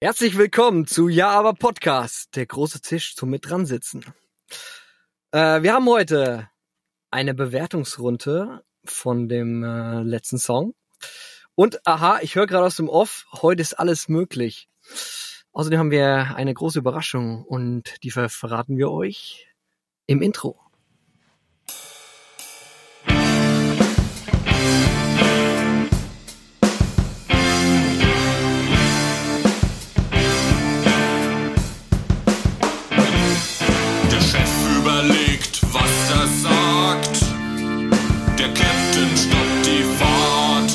Herzlich willkommen zu Ja, aber Podcast, der große Tisch zum mit dran sitzen. Wir haben heute eine Bewertungsrunde von dem letzten Song. Und aha, ich höre gerade aus dem Off, heute ist alles möglich. Außerdem haben wir eine große Überraschung und die verraten wir euch im Intro. Der Chef überlegt, was er sagt. Der Captain stoppt die Fahrt.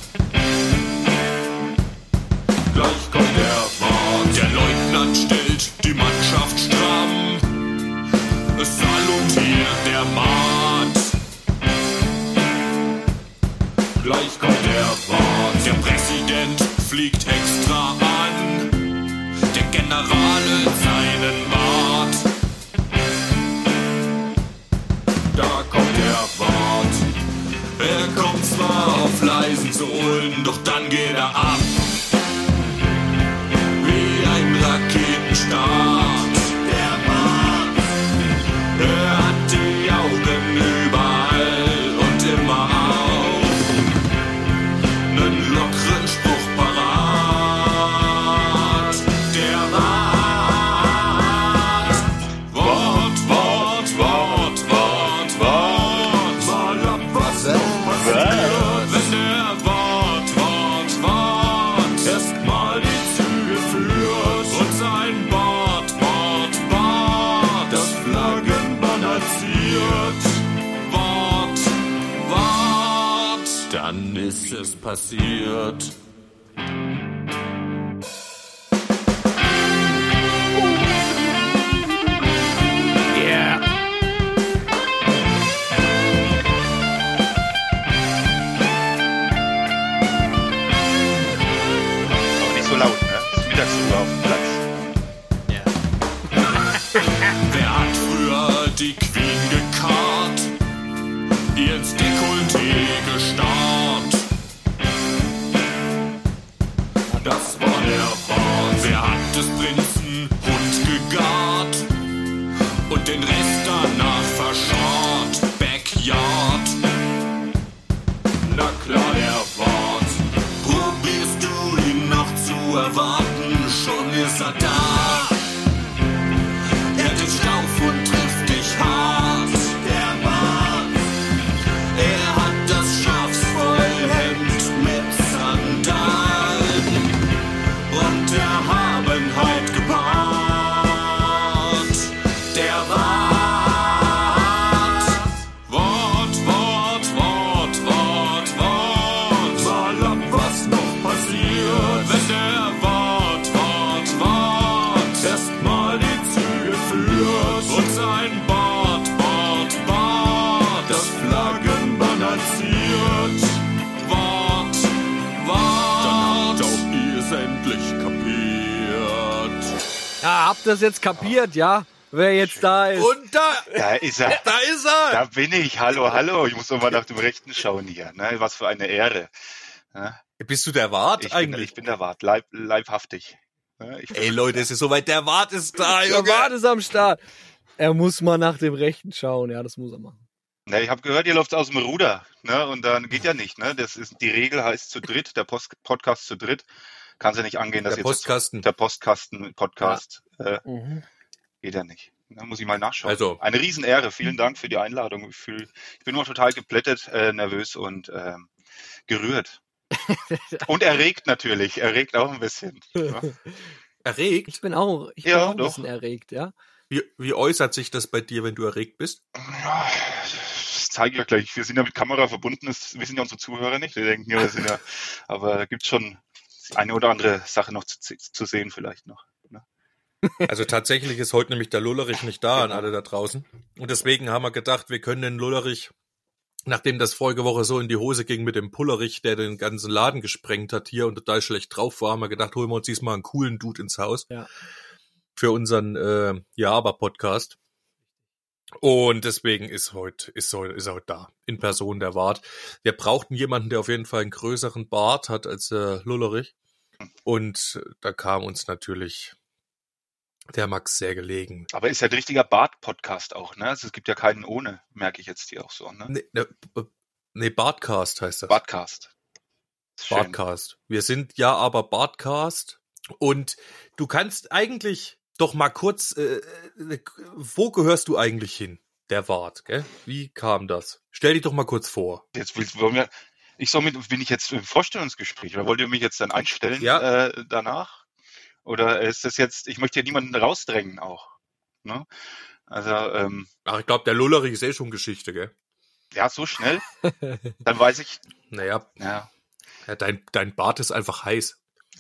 Gleich kommt der Fahrt. Der Leutnant stellt die Mannschaft stramm. Es salutiert der Maat. Gleich kommt der Fahrt. Der Präsident fliegt extra an. Der General in seinen Bart. Da kommt der Wart. Er kommt zwar auf leisen Sohlen, doch dann geht er ab. Wie ein Raketenstart. Der Wart. Er hat die Augen überall und immer auf. Nen lockeren Spruch parat. Der Wart. Wort, Wort, Wort, Wort, Wort. Mal ab, was noch passiert, wenn der Wort, Wort, Wort erstmal die Züge führt und sein Bord, Bord, Bord das Flaggenbanner ziert. Wort, Wort, dann ist es passiert. Yeah. Aber nicht so laut, ne? Das ist Mittagsruhe auf dem Platz. Wer hat früher die Queen gekarrt, ihr ins Dekolleté gestarrt? Das war der Bart. Wer hat des Prinzen Hund gegart und den Rest danach verscharrt? Backyard. Na klar, der Bart. Probierst du ihn noch zu erwarten? Schon ist er da. Er hat den Stauf und trifft dich hart. Der Bart. Er hat das Schafswollhemd mit Sandalen und Erhabenheit gepaart. Der Bart. Wort, Wort, Wort, Wort, Wort. Mal ab, was noch passiert, wenn der Wort, Wort, Wort erstmal die Züge führt und sein Bord, Bord, Bord das Flaggenbanner ziert. Wort, Wort. Dann habt auch ihr es endlich kapiert. Ja, habt ihr das jetzt kapiert, ja? Wer jetzt da ist. Und da ist er. Da ist er. Da bin ich. Hallo, hallo. Ich muss doch mal nach dem Rechten schauen hier. Ne? Was für eine Ehre. Ja? Bist du der Wart eigentlich? Ich bin der Wart. Leibhaftig. Ja, Ey Leute, es ist soweit, der Wart ist da, Der Junge. Wart ist am Start. Er muss mal nach dem Rechten schauen. Ja, das muss er machen. Ne, ich habe gehört, ihr läuft aus dem Ruder. Ne? Und dann geht ja nicht. Ne? Das ist, die Regel heißt zu dritt, der Podcast zu dritt. Kann ja nicht angehen, dass Der ihr Postkasten. der Postkasten-Podcast geht ja nicht. Da muss ich mal nachschauen. Also. Eine Riesenehre. Vielen Dank für die Einladung. Ich bin noch total geplättet, nervös und gerührt. Und erregt natürlich. Erregt auch ein bisschen. Ja. Erregt? Ich bin auch ein bisschen erregt, ja. Wie äußert sich das bei dir, wenn du erregt bist? Ja, das zeige ich ja gleich. Wir sind ja mit Kamera verbunden. Das wissen ja unsere Zuhörer nicht. Die denken, ja, wir sind ja, aber da gibt's schon eine oder andere Sache noch zu sehen vielleicht noch. Ne? Also tatsächlich ist heute nämlich der Lullerich nicht da an alle da draußen. Und deswegen haben wir gedacht, wir können den Lullerich, nachdem das vorige Woche so in die Hose ging mit dem Pullerich, der den ganzen Laden gesprengt hat hier und total schlecht drauf war, haben wir gedacht, holen wir uns diesmal einen coolen Dude ins Haus. Ja. Für unseren Ja, aber Podcast. Und deswegen ist er heute da, in Person der Wart. Wir brauchten jemanden, der auf jeden Fall einen größeren Bart hat als Lullerich. Und da kam uns natürlich der Max sehr gelegen. Aber ist ja ein richtiger Bart-Podcast auch, ne? Also es gibt ja keinen ohne, merke ich jetzt hier auch so, ne? Nee, Bartcast heißt das. Bartcast. Schön. Bartcast. Wir sind ja aber Bartcast. Und du kannst eigentlich doch mal kurz, wo gehörst du eigentlich hin? Der Bart, gell? Wie kam das? Stell dich doch mal kurz vor. Jetzt wollen wir, bin ich jetzt im Vorstellungsgespräch oder wollt ihr mich jetzt dann einstellen danach? Oder ist das jetzt, ich möchte ja niemanden rausdrängen auch. Ne? Also, Ach, ich glaube, der Lullerich ist schon Geschichte, gell? ja, so schnell? Dann weiß ich. Naja, Ja, dein Bart ist einfach heiß.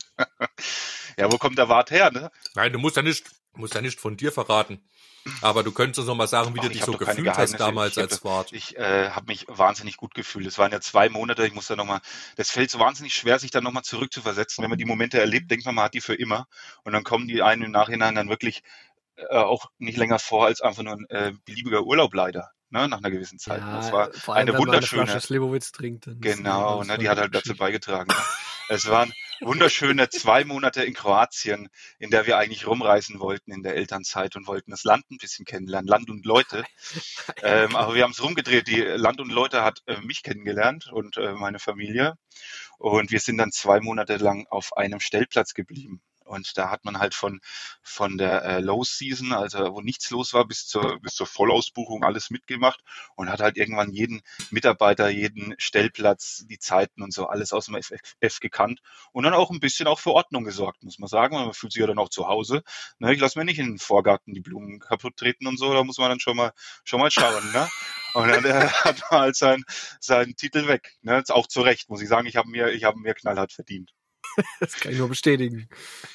ja, wo kommt der Bart her, ne? Nein, du musst ja nicht von dir verraten. Aber du könntest uns noch mal sagen, wie du dich so gefühlt hast damals als Bart. Ich habe mich wahnsinnig gut gefühlt. Es waren ja 2 Monate, ich muss da nochmal, das fällt so wahnsinnig schwer, sich dann nochmal zurückzuversetzen. Wenn man die Momente erlebt, denkt man hat die für immer. Und dann kommen die einen im Nachhinein dann wirklich auch nicht länger vor als einfach nur ein beliebiger Urlaub leider, ne, nach einer gewissen Zeit. Ja, das war vor allem, eine wunderschöne. Eine Flasche Slivovitz trinkt. Genau, ne, die hat halt dazu beigetragen. Ne? Es waren wunderschöne 2 Monate in Kroatien, in der wir eigentlich rumreisen wollten in der Elternzeit und wollten das Land ein bisschen kennenlernen, Land und Leute. Aber wir haben es rumgedreht. Die Land und Leute hat mich kennengelernt und meine Familie. Und wir sind dann 2 Monate lang auf einem Stellplatz geblieben. Und da hat man halt von der Low Season, also wo nichts los war, bis zur Vollausbuchung alles mitgemacht und hat halt irgendwann jeden Mitarbeiter, jeden Stellplatz, die Zeiten und so alles aus dem FF gekannt und dann auch ein bisschen auch für Ordnung gesorgt, muss man sagen. Man fühlt sich ja dann auch zu Hause. Ne, ich lasse mir nicht in den Vorgarten die Blumen kaputt treten und so, da muss man dann schon mal schauen. Ne? Und dann hat man halt seinen Titel weg. Ne? Auch zu Recht, muss ich sagen, ich habe mir knallhart verdient. Das kann ich nur bestätigen.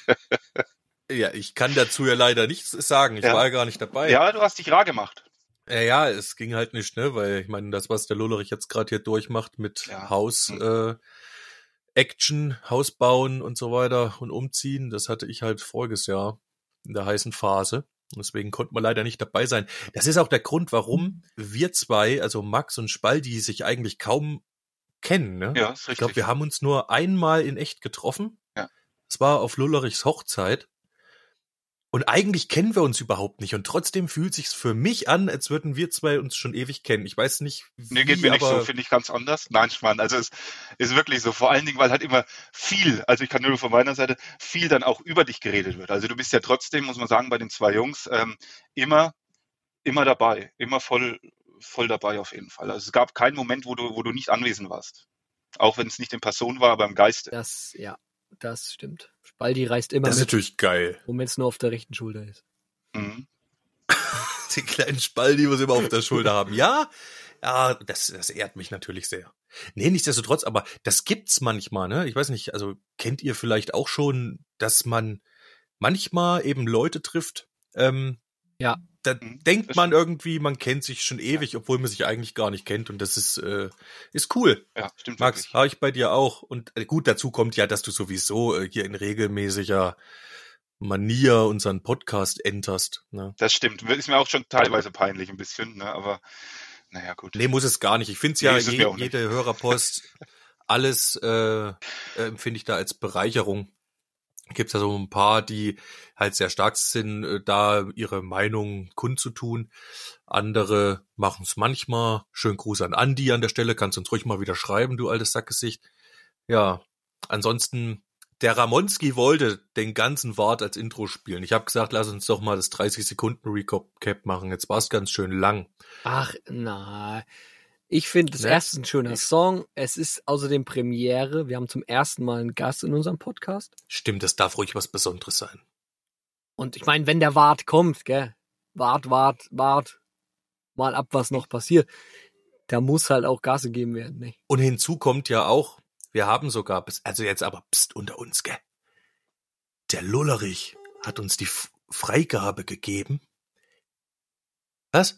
Ja, ich kann dazu ja leider nichts sagen. Ich war ja gar nicht dabei. Ja, du hast dich rar gemacht. Ja, es ging halt nicht, ne, weil ich meine, das, was der Lullerich jetzt gerade hier durchmacht mit Haus, Action, Haus bauen und so weiter und umziehen, das hatte ich halt voriges Jahr in der heißen Phase. Deswegen konnten wir leider nicht dabei sein. Das ist auch der Grund, warum wir zwei, also Max und Spaldi, sich eigentlich kaum kennen, ne? Ja, ist richtig. Ich glaube, wir haben uns nur einmal in echt getroffen. Ja. Es war auf Lullerichs Hochzeit. Und eigentlich kennen wir uns überhaupt nicht. Und trotzdem fühlt sich's für mich an, als würden wir zwei uns schon ewig kennen. Ich weiß nicht, wie, nee, geht mir nicht so, finde ich ganz anders. Nein, Schmarrn. Also es ist wirklich so. Vor allen Dingen, weil halt immer viel, also ich kann nur von meiner Seite, viel dann auch über dich geredet wird. Also du bist ja trotzdem, muss man sagen, bei den 2 Jungs immer dabei. Immer voll dabei auf jeden Fall. Also es gab keinen Moment, wo du nicht anwesend warst. Auch wenn es nicht in Person war, aber im Geiste. Das stimmt. Spaldi reist immer das mit. Das ist natürlich geil. Und wenn es nur auf der rechten Schulter ist. Mhm. Den kleinen Spaldi muss immer auf der Schulter haben. Ja, das ehrt mich natürlich sehr. Nee, nichtsdestotrotz, aber das gibt's manchmal, ne? Ich weiß nicht, also kennt ihr vielleicht auch schon, dass man manchmal eben Leute trifft, ja. Da denkt man irgendwie, man kennt sich schon ewig, obwohl man sich eigentlich gar nicht kennt. Und das ist cool. Ja, stimmt. Max, habe ich bei dir auch. Und gut, dazu kommt ja, dass du sowieso hier in regelmäßiger Manier unseren Podcast enterst. Ne? Das stimmt. Ist mir auch schon teilweise peinlich ein bisschen, ne? Aber naja, gut. Nee, muss es gar nicht. Ich finde es jede Hörerpost, alles empfinde ich da als Bereicherung. Gibt's ja so ein paar, die halt sehr stark sind, da ihre Meinung kundzutun. Andere machen es manchmal. Schönen Gruß an Andi an der Stelle. Kannst uns ruhig mal wieder schreiben, du altes Sackgesicht. Ja, ansonsten, der Ramonski wollte den ganzen Wart als Intro spielen. Ich habe gesagt, lass uns doch mal das 30-Sekunden-Recap machen. Jetzt war es ganz schön lang. Ach, na. Ich finde, das erste ist ein schöner Song. Es ist außerdem Premiere. Wir haben zum ersten Mal einen Gast in unserem Podcast. Stimmt, das darf ruhig was Besonderes sein. Und ich meine, wenn der Wart kommt, gell? Wart. Mal ab, was noch passiert. Da muss halt auch Gas gegeben werden, ne? Und hinzu kommt ja auch, wir haben sogar, also jetzt aber unter uns, gell? Der Lullerich hat uns die Freigabe gegeben. Was?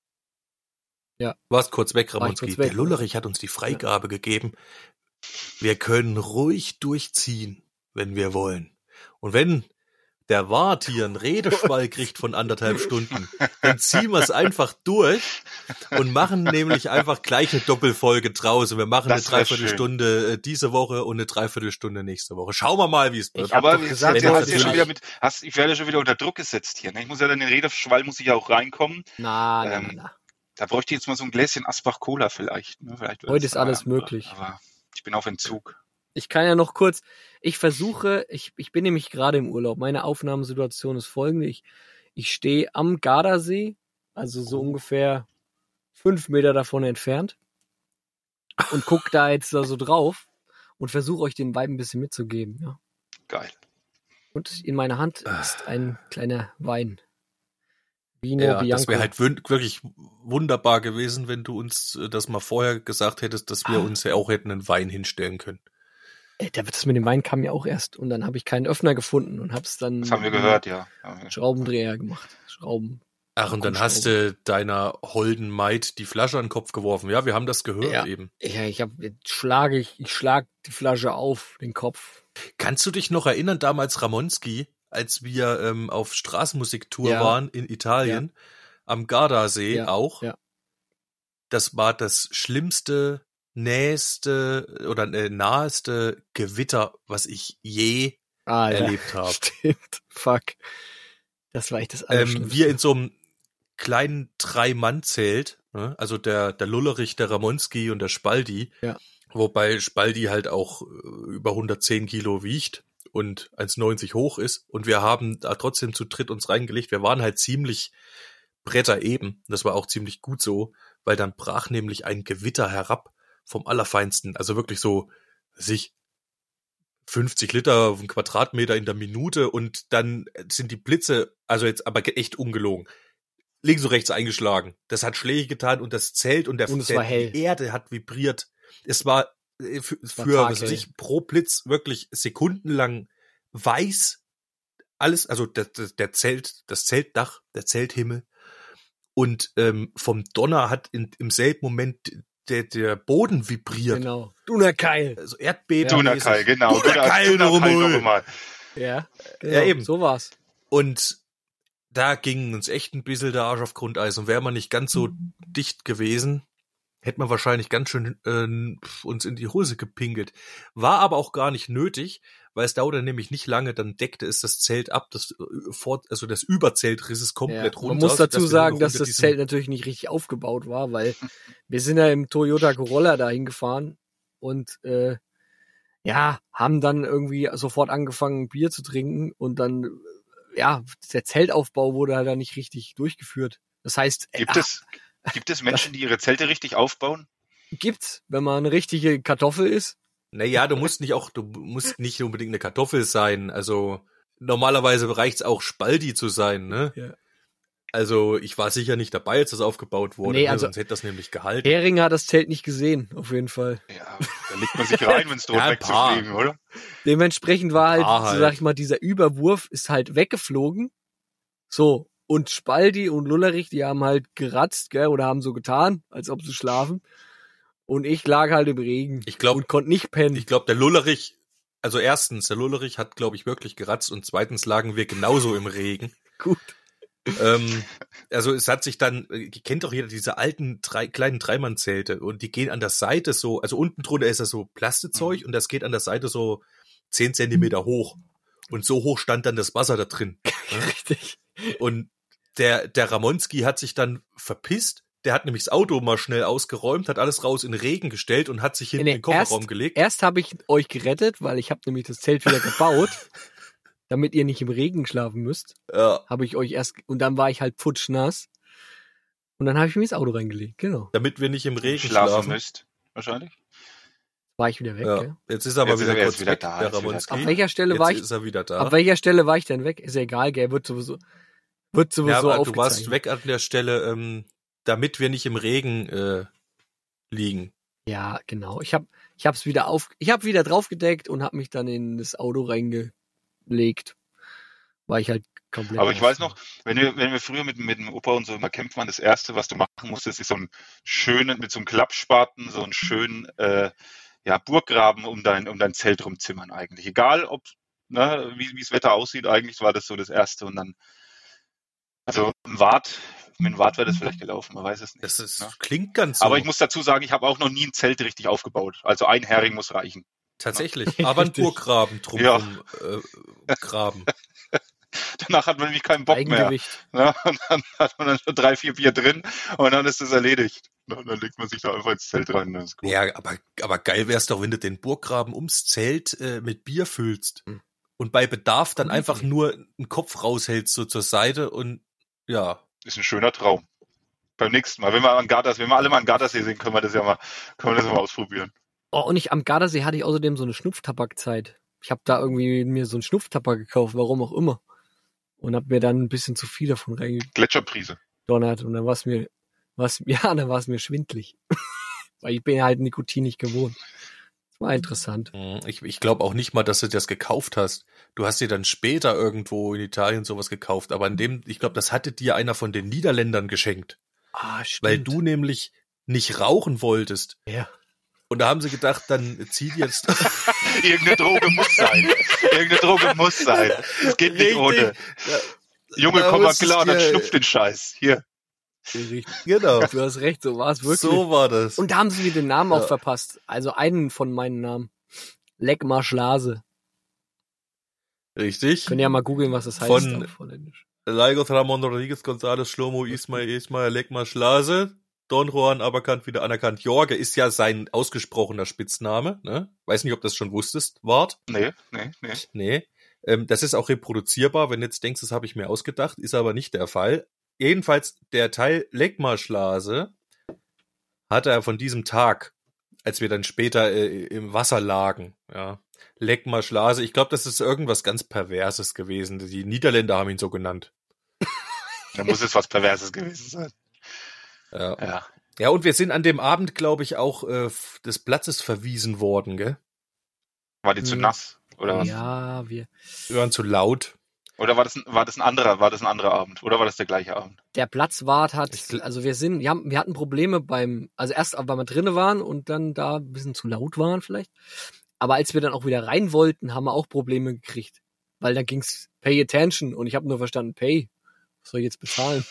Ja. Warst kurz weg, Ramonski. Der Lullerich hat uns die Freigabe gegeben. Wir können ruhig durchziehen, wenn wir wollen. Und wenn der Wart hier einen Redeschwall kriegt von 1,5 Stunden, dann ziehen wir es einfach durch und machen nämlich einfach gleich eine Doppelfolge draußen. Wir machen Das eine wär schön. Dreiviertelstunde diese Woche und eine Dreiviertelstunde nächste Woche. Schauen wir mal, wie es wird. Ich hab Aber doch wie gesagt, gesagt, du hast ja schon natürlich- wieder ich werde schon wieder unter Druck gesetzt hier. Ne? Ich muss ja dann den Redeschwall muss ich ja auch reinkommen. Na. Da bräuchte ich jetzt mal so ein Gläschen Asbach-Cola vielleicht. Ne? Vielleicht Heute ist alles möglich. Aber ich bin auf Entzug. Ich kann ja noch kurz, ich bin nämlich gerade im Urlaub. Meine Aufnahmesituation ist folgende. Ich stehe am Gardasee, also so ungefähr 5 Meter davon entfernt und guck da jetzt da so drauf und versuche euch den Vibe ein bisschen mitzugeben. Ja. Geil. Und in meiner Hand ist ein kleiner Wein. Vino Ja, Bianco. das wäre halt wirklich wunderbar gewesen, wenn du uns das mal vorher gesagt hättest, dass wir uns ja auch hätten einen Wein hinstellen können. Das mit dem Wein kam ja auch erst und dann habe ich keinen Öffner gefunden und hab's dann Das haben wir gehört, ja. Schraubendreher gemacht. Ach, und dann hast du deiner holden Maid die Flasche an den Kopf geworfen. Ja, wir haben das gehört Ja. eben. Ja, ich schlag die Flasche auf den Kopf. Kannst du dich noch erinnern, damals Ramonski, als wir auf Straßenmusiktour Ja. waren in Italien, am Gardasee Ja, auch? ja. Das war das schlimmste, naheste Gewitter, was ich je erlebt habe. Stimmt. Fuck. Das war echt das Allerschlimmste. Wir in so einem kleinen 3-Mann-Zelt, ne? Also der Lullerich, der Ramonski und der Spaldi, Ja. wobei Spaldi halt auch über 110 Kilo wiegt und 1,90 hoch ist, und wir haben da trotzdem zu dritt uns reingelegt. Wir waren halt ziemlich Bretter eben, das war auch ziemlich gut so, weil dann brach nämlich ein Gewitter herab vom Allerfeinsten, also wirklich so 50 Liter auf einen Quadratmeter in der Minute, und dann sind die Blitze, also jetzt aber echt ungelogen, links und rechts eingeschlagen. Das hat Schläge getan und das Zelt und Und es war hell. die Erde hat vibriert. Es war für was weiß taghell. ich, pro Blitz wirklich sekundenlang weiß. Alles, also das Zeltdach, der Zelthimmel. Und vom Donner hat im selben Moment der Boden vibriert. Genau. Dunnerkeil. Also Erdbeben. Dunakai, genau. Dunakai nochmal. Ja. Ja, eben. So war's. Und da ging uns echt ein bisschen der Arsch auf Grundeis. Und wäre man nicht ganz so dicht gewesen, hätte man wahrscheinlich ganz schön uns in die Hose gepinkelt. War aber auch gar nicht nötig, weil es dauerte nämlich nicht lange, dann deckte es das Zelt ab, das Überzelt riss es komplett runter. Man muss dazu sodass wir sagen, nur noch dass unter das Zelt natürlich nicht richtig aufgebaut war, weil wir sind ja im Toyota Corolla dahin gefahren und haben dann irgendwie sofort angefangen, Bier zu trinken, und dann der Zeltaufbau wurde halt dann nicht richtig durchgeführt. Das heißt, Gibt es Menschen, die ihre Zelte richtig aufbauen? gibt's, wenn man eine richtige Kartoffel ist. Naja, du musst nicht unbedingt eine Kartoffel sein. Also normalerweise reicht's auch Spaldi zu sein, ne? Ja. Also ich war sicher nicht dabei, als das aufgebaut wurde, Nee, ne? also Sonst hätte das nämlich gehalten. Hering hat das Zelt nicht gesehen, auf jeden Fall. Ja, da legt man sich rein, wenn es droht Ja, ein paar. wegzufliegen, oder? Dementsprechend war halt, Ah, so halt. sag ich mal, dieser Überwurf ist halt weggeflogen. So, und Spaldi und Lullerich, die haben halt geratzt, gell, oder haben so getan, als ob sie schlafen. Und ich lag halt im Regen Ich glaub- und konnte nicht pennen. Ich glaube, der Lullerich hat, glaube ich, wirklich geratzt, und zweitens lagen wir genauso im Regen. Gut. Also es hat sich dann, kennt doch jeder diese alten kleinen Dreimann-Zelte, und die gehen an der Seite so, also unten drunter ist das so Plastezeug, und das geht an der Seite so 10 Zentimeter hoch. Und so hoch stand dann das Wasser da drin. Richtig. Und der Ramonski hat sich dann verpisst. Der hat nämlich das Auto mal schnell ausgeräumt, hat alles raus in den Regen gestellt und hat sich hinten in den Kofferraum gelegt. Erst habe ich euch gerettet, weil ich habe nämlich das Zelt wieder gebaut, damit ihr nicht im Regen schlafen müsst. Ja, Habe ich euch und dann war ich halt putschnass. Und dann habe ich mich ins Auto reingelegt, genau. damit wir nicht im Regen Schlafen schlafen. müsst, wahrscheinlich. War ich wieder weg, Ja. gell? Jetzt ist er aber Jetzt ist wieder er kurz jetzt wieder weg, da, der jetzt wieder Ramonski. Auf welcher Stelle Jetzt war ich? ist er wieder da. Ab welcher Stelle war ich denn weg? Ist ja egal, gell? Wird sowieso Ja, aber du aufgezeichnet. warst weg an der Stelle, damit wir nicht im Regen liegen. Ja, genau. Ich habe wieder draufgedeckt und habe mich dann in das Auto reingelegt. War ich halt komplett. Aber ich weiß noch, wenn wir früher mit dem Opa und so immer kämpfen waren, das Erste, was du machen musstest, ist so einen schönen, mit so einem Klappspaten, so einen schönen Burggraben um dein Zelt rumzimmern eigentlich. Egal, ob ne, wie das Wetter aussieht. Eigentlich war das so das Erste. Und dann, also mit dem Wart wäre das vielleicht gelaufen, man weiß es nicht. Das klingt ganz so. Aber ich muss dazu sagen, ich habe auch noch nie ein Zelt richtig aufgebaut. Also ein Hering muss reichen. Tatsächlich, aber ein Burggraben drumherum graben. Danach hat man nämlich keinen Bock mehr. Ne? Und dann hat man dann schon 3, 4 Bier drin und dann ist es erledigt. Und dann legt man sich da einfach ins Zelt rein. Das ist gut. Ja, aber geil wär's doch, wenn du den Burggraben ums Zelt mit Bier füllst und bei Bedarf dann einfach nur einen Kopf raushältst so zur Seite und ja. Ist ein schöner Traum. Beim nächsten Mal, wenn wir alle mal am Gardasee sind, können wir das mal ausprobieren. Oh, und am Gardasee hatte ich außerdem so eine Schnupftabakzeit. Ich habe da irgendwie mir so einen Schnupftabak gekauft, warum auch immer. Und hab mir dann ein bisschen zu viel davon Gletscherprise. Donnert. Und dann war es mir schwindlig. Weil ich bin halt Nikotin nicht gewohnt. Das war interessant. Ich glaube auch nicht mal, dass du das gekauft hast. Du hast dir dann später irgendwo in Italien sowas gekauft. Aber ich glaube, das hatte dir einer von den Niederländern geschenkt. Ah, stimmt. Weil du nämlich nicht rauchen wolltest. Ja. Und da haben sie gedacht, dann zieh dir jetzt... Irgendeine Droge muss sein. Es geht nicht ohne. Ja, Junge, komm mal klar, dann schnupft den Scheiß. Hier. Genau. Du hast recht, so war es wirklich. So war das. Und da haben sie mir den Namen auch verpasst. Also einen von meinen Namen. Leckmar Schlase. Richtig. Könnt ihr ja mal googeln, was das heißt. Von Lagos Ramon Rodriguez González Shlomo Ismail Leckmar Schlase. Don Juan anerkannt. Jorge ist ja sein ausgesprochener Spitzname. Ne? Weiß nicht, ob du das schon wusstest, Wart? Nee. Das ist auch reproduzierbar. Wenn du jetzt denkst, das habe ich mir ausgedacht, ist aber nicht der Fall. Jedenfalls, der Teil Leckmar Schlase hatte er von diesem Tag, als wir dann später im Wasser lagen. Ja. Leckmar Schlase, ich glaube, das ist irgendwas ganz Perverses gewesen. Die Niederländer haben ihn so genannt. Da muss es was Perverses gewesen sein. Ja, und wir sind an dem Abend, glaube ich, auch des Platzes verwiesen worden, gell? War die zu nass, oder was? Ja, wir waren zu laut. Oder war das ein anderer Abend? Oder war das der gleiche Abend? Der Platzwart wir hatten Probleme erst, weil wir drinnen waren und dann da ein bisschen zu laut waren vielleicht. Aber als wir dann auch wieder rein wollten, haben wir auch Probleme gekriegt. Weil dann ging's Pay Attention und ich habe nur verstanden, Pay. Was soll ich jetzt bezahlen?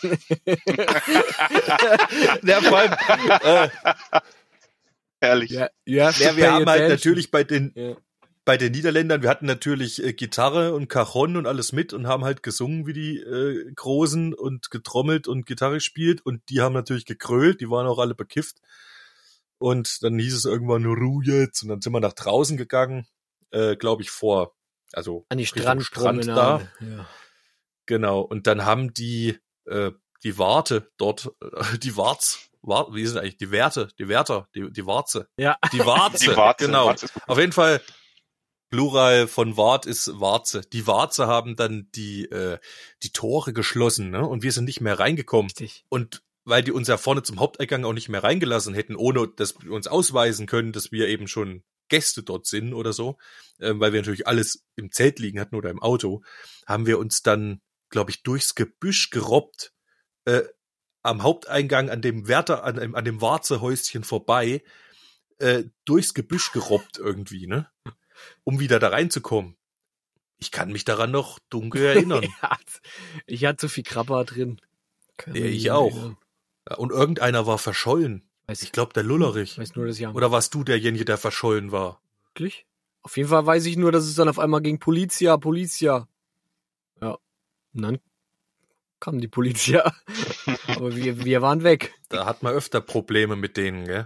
Ja, vor allem, Ehrlich. Ja, wir haben halt natürlich bei den Niederländern, wir hatten natürlich Gitarre und Cajon und alles mit und haben halt gesungen wie die Großen und getrommelt und Gitarre gespielt und die haben natürlich gekrölt, die waren auch alle bekifft. Und dann hieß es irgendwann Ruhe jetzt und dann sind wir nach draußen gegangen, glaube ich an die Strand da. Ja. Genau, und dann haben die Warte dort, die Warze, wie sind eigentlich die Wärter, die Warze. Ja. Die Warze, genau. Warze. Auf jeden Fall, Plural von Wart ist Warze. Die Warze haben dann die Tore geschlossen, ne? Und wir sind nicht mehr reingekommen. Richtig. Und weil die uns ja vorne zum Haupteingang auch nicht mehr reingelassen hätten, ohne dass wir uns ausweisen können, dass wir eben schon Gäste dort sind oder so, weil wir natürlich alles im Zelt liegen hatten oder im Auto, haben wir uns dann, glaube ich, durchs Gebüsch gerobbt, am Haupteingang an dem Warzehäuschen vorbei, durchs Gebüsch gerobbt irgendwie, ne? Um wieder da reinzukommen. Ich kann mich daran noch dunkel erinnern. Ich hatte zu viel Krabber drin. Ja, ich auch. Ja, und irgendeiner war verschollen. Ich glaube, der Lullerich. Weiß nur das Jahr. Oder warst du derjenige, der verschollen war? Wirklich? Auf jeden Fall weiß ich nur, dass es dann auf einmal ging Polizia. Ja. Und dann kam die Polizia. Aber wir waren weg. Da hat man öfter Probleme mit denen, gell?